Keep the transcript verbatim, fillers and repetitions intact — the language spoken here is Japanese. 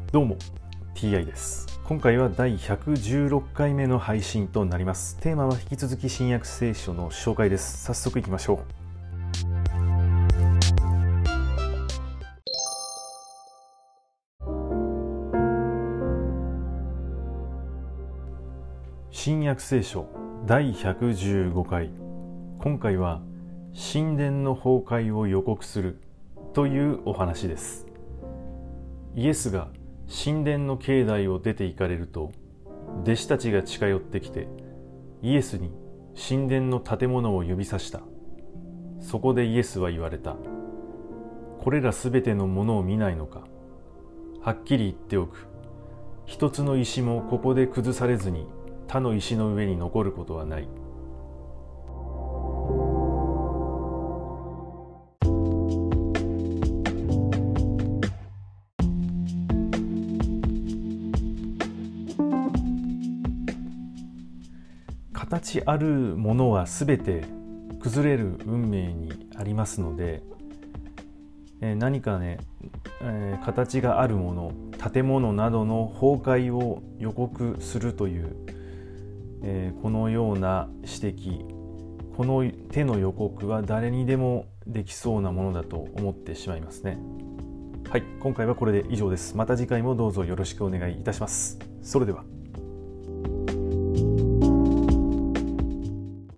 どうも ティーアイ です。今回はだいひゃくじゅうろっかいめの配信となります。テーマは引き続き新約聖書の紹介です。早速いきましょう。新約聖書だいひゃくじゅうごかい。今回は神殿の崩壊を予告するというお話です。イエスが神殿の境内を出て行かれると、弟子たちが近寄ってきてイエスに神殿の建物を指さした。そこでイエスは言われた。これらすべてのものを見ないのか。はっきり言っておく。一つの石もここで崩されずに他の石の上に残ることはない。形あるものはすべて崩れる運命にありますので、えー、何かね、えー、形があるもの、建物などの崩壊を予告するという、えー、このような指摘、この手の予告は誰にでもできそうなものだと思ってしまいますね。はい、今回はこれで以上です。また次回もどうぞよろしくお願いいたします。それでは。